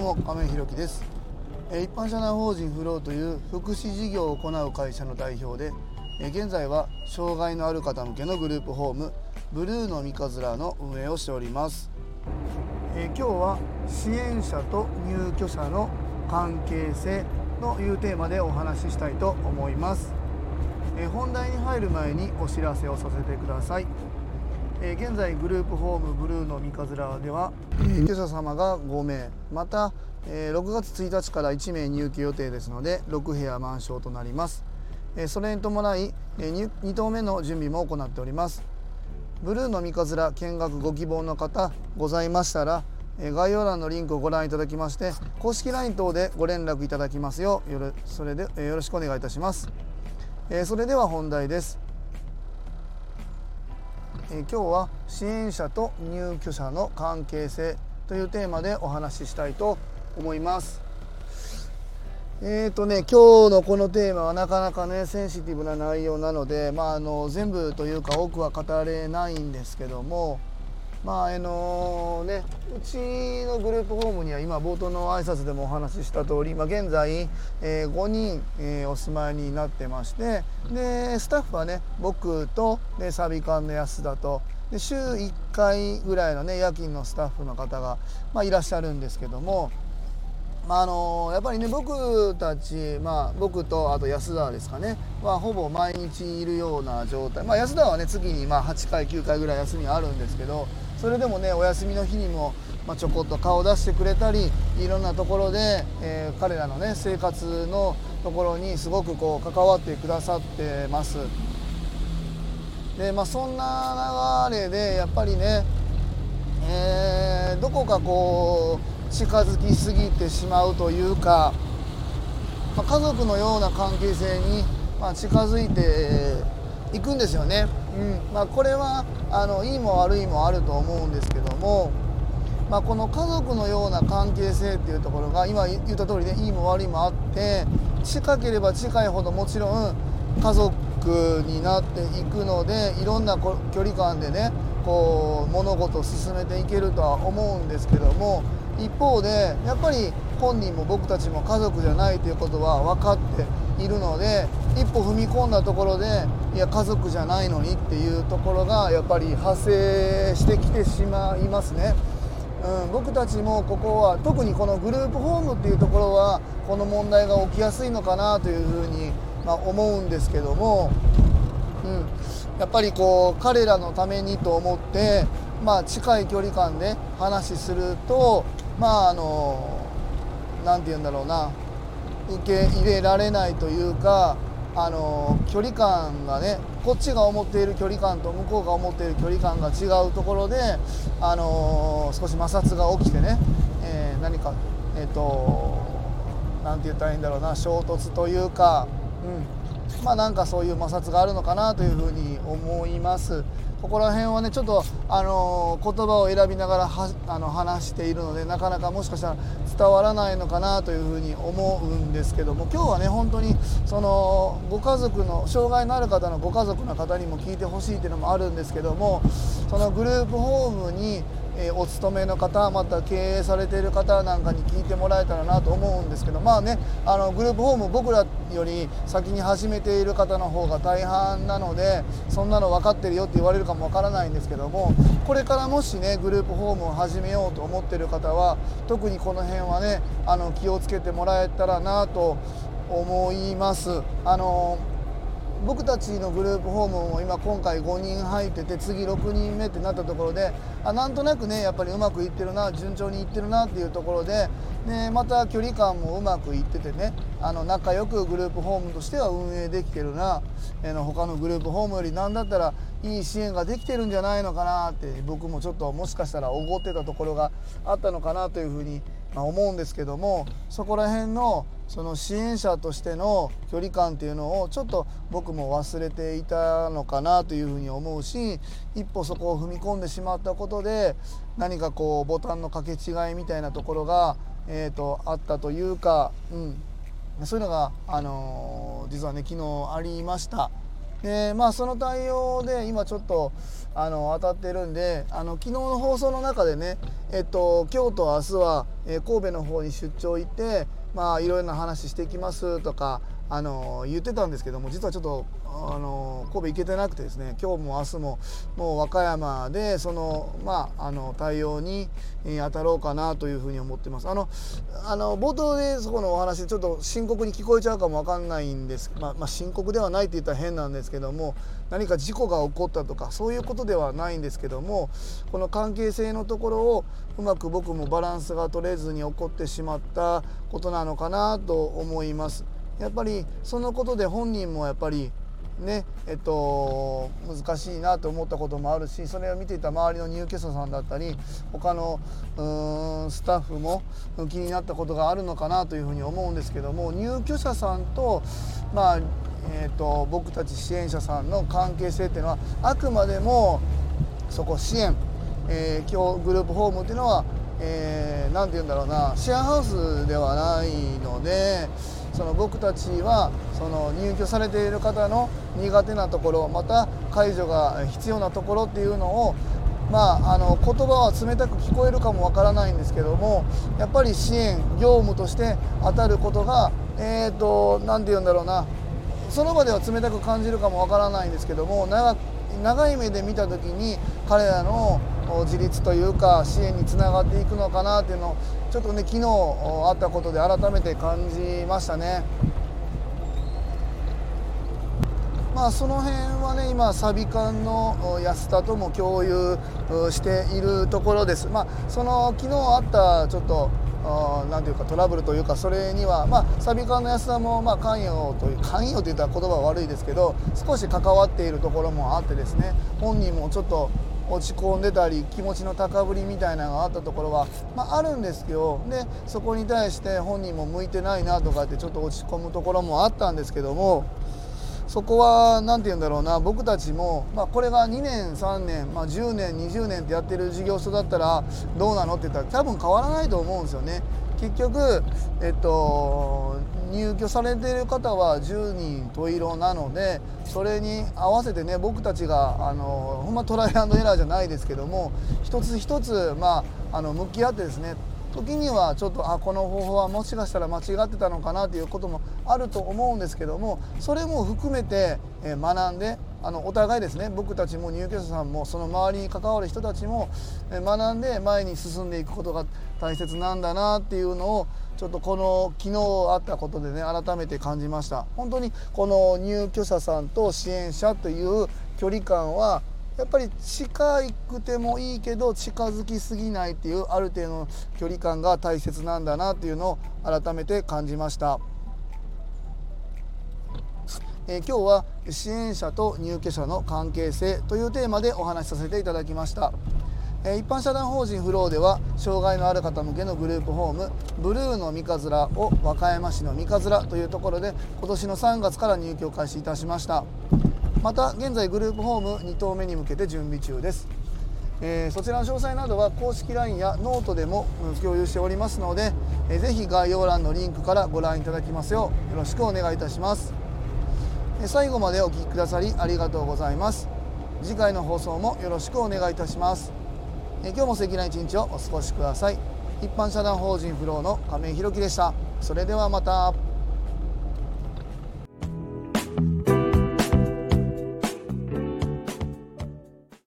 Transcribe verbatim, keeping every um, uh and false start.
も亀井弘樹です。一般社内法人フローという福祉事業を行う会社の代表で、現在は障害のある方向けのグループホームブルーの三日面の運営をしております。今日は支援者と入居者の関係性というテーマでお話ししたいと思います。本題に入る前にお知らせをさせてください。現在グループホームブルーの三日面では入居者様がごめい、またろくがつついたちからいちめい入居予定ですのでろくへや満床となります。それに伴いに棟目の準備も行っております。ブルーの三日面見学ご希望の方ございましたら、概要欄のリンクをご覧いただきまして公式 ライン 等でご連絡いただきますようよろそれでよろしくお願いいたします。それでは本題です。今日は支援者と入居者の関係性というテーマでお話ししたいと思います。えーとね、今日のこのテーマはなかなかねセンシティブな内容なので、まあ、あの全部というか多くは語れないんですけども、まああのね、うちのグループホームには今冒頭の挨拶でもお話しした通り、今現在、えー、ごにん、えー、お住まいになってまして、でスタッフはね僕とでサビ館の安田とで週いっかいぐらいのね夜勤のスタッフの方が、まあ、いらっしゃるんですけども、まああのやっぱりね僕たち、まあ、僕とあと安田ですかねはほぼ毎日いるような状態、まあ、安田はね月にまあはちかいきゅうかいぐらい休みあるんですけど、それでもねお休みの日にも、まあ、ちょこっと顔を出してくれたりいろんなところで、えー、彼らのね生活のところにすごくこう関わってくださってます。で、まあ、そんな流れでやっぱりね、えー、どこかこう近づきすぎてしまうというか、まあ、家族のような関係性に、まあ、近づいていくんですよね。うんまあ、これはあのいいも悪いもあると思うんですけども、まあ、この家族のような関係性っていうところが今言った通りでいいも悪いもあって、近ければ近いほどもちろん家族になっていくので、いろんな距離感でねこう物事を進めていけるとは思うんですけども、一方でやっぱり本人も僕たちも家族じゃないということは分かっているので、一歩踏み込んだところでいや家族じゃないのにっていうところがやっぱり発生してきてしまいますね。うん、僕たちもここは特にこのグループホームっていうところはこの問題が起きやすいのかなというふうに、まあ、思うんですけども、うん、やっぱりこう彼らのためにと思って、まあ、近い距離感で話すると、まああのなんて言うんだろうな、受け入れられないというか、あの距離感がねこっちが思っている距離感と向こうが思っている距離感が違うところで、あの少し摩擦が起きてね、えー、何かえっ、ー、となんて言ったらいいんだろうな、衝突というか、うん、まあなんかそういう摩擦があるのかなというふうに思います。ここら辺はねちょっと、あのー、言葉を選びながらはあの話しているのでなかなかもしかしたら伝わらないのかなというふうに思うんですけども、今日はね本当にそのご家族の障害のある方のご家族の方にも聞いてほしいっていうのもあるんですけども、そのグループホームにえー、お勤めの方、また経営されている方なんかに聞いてもらえたらなと思うんですけど、まあねあのグループホーム僕らより先に始めている方の方が大半なので、そんなの分かってるよって言われるかもわからないんですけども、これからもしねグループホームを始めようと思っている方は特にこの辺はねあの気をつけてもらえたらなと思います。あの僕たちのグループホームも今今回ごにん入ってて次ろくにんめってなったところで、あなんとなくねやっぱりうまくいってるな、順調にいってるなっていうところで、でまた距離感もうまくいっててね、あの仲良くグループホームとしては運営できてるな、えの他のグループホームより何だったらいい支援ができてるんじゃないのかなって僕もちょっともしかしたらおごってたところがあったのかなというふうに思うんですけども、そこら辺のその支援者としての距離感っていうのをちょっと僕も忘れていたのかなというふうに思うし、一歩そこを踏み込んでしまったことで何かこうボタンの掛け違いみたいなところが、えーと、あったというか、うん、そういうのが、あのー、実はね昨日ありました。 でまあその対応で今ちょっとあの当たってるんで、あの昨日の放送の中でね、えっと、今日と明日は、えー、神戸の方に出張行ってまあいろいろな話していきますとかあの言ってたんですけども、実はちょっとあの神戸行けてなくてですね、今日も明日ももう和歌山でそのまああの対応に当たろうかなというふうに思ってます。あのあの冒頭でそこのお話ちょっと深刻に聞こえちゃうかもわかんないんです、まあ、まあ深刻ではないって言ったら変なんですけども、何か事故が起こったとかそういうことではないんですけども、この関係性のところをうまく僕もバランスが取れずに起こってしまったことなのかなと思います。やっぱりそのことで本人もやっぱりねえっと難しいなと思ったこともあるし、それを見ていた周りの入居者さんだったり他のうーんスタッフも気になったことがあるのかなというふうに思うんですけども、入居者さんとまあえっと僕たち支援者さんの関係性っていうのはあくまでもそこ支援、えー、今日グループホームっていうのはえー、なんて言うんだろうな、シェアハウスではないので、その僕たちはその入居されている方の苦手なところ、また介助が必要なところっていうのを、まあ、あの言葉は冷たく聞こえるかもわからないんですけども、やっぱり支援業務として当たることがえーとなんて言うんだろうな、その場では冷たく感じるかもわからないんですけども、長長い目で見た時に彼らの自立というか支援につながっていくのかなっていうのをちょっとね昨日あったことで改めて感じましたね。まあその辺はね今サビ館の安田とも共有しているところです。まあその昨日あったちょっとなんていうかトラブルというか、それにはまあサビ館の安田もまあ関与という関与といったら言葉は悪いですけど、少し関わっているところもあってですね、本人もちょっと落ち込んでたり気持ちの高ぶりみたいなのがあったところは、まあ、あるんですけど、でそこに対して本人も向いてないなとかってちょっと落ち込むところもあったんですけども、そこは何て言うんだろうな、僕たちも、まあ、これがにねんさんねん、まあ、じゅうねんにじゅうねんってやってる事業所だったらどうなのって言ったら多分変わらないと思うんですよね。結局、えっと、入居されている方はじゅうにん十色なので、それに合わせてね僕たちがあのほんまトライアンドエラーじゃないですけども、一つ一つ、まあ、あの向き合ってですね、時にはちょっとあこの方法はもしかしたら間違ってたのかなということもあると思うんですけども、それも含めて学んで、あのお互いですね、僕たちも入居者さんもその周りに関わる人たちも学んで前に進んでいくことが大切なんだなっていうのをちょっとこの昨日あったことでね改めて感じました。本当にこの入居者さんと支援者という距離感はやっぱり近くてもいいけど近づきすぎないっていうある程度の距離感が大切なんだなっていうのを改めて感じました。えー、今日は支援者と入居者の関係性というテーマでお話しさせていただきました。えー、一般社団法人フローでは障害のある方向けのグループホームブルーの三日面を和歌山市の三日面というところで今年のさんがつから入居を開始いたしました。また現在グループホームに棟目に向けて準備中です。えー、そちらの詳細などは公式 ライン やノートでも共有しておりますので、えー、ぜひ概要欄のリンクからご覧いただきますようよろしくお願いいたします。えー、最後までお聞きくださりありがとうございます。次回の放送もよろしくお願いいたします。えー、今日も素敵な一日をお過ごしください。一般社団法人フローの亀井宏樹でした。それではまた。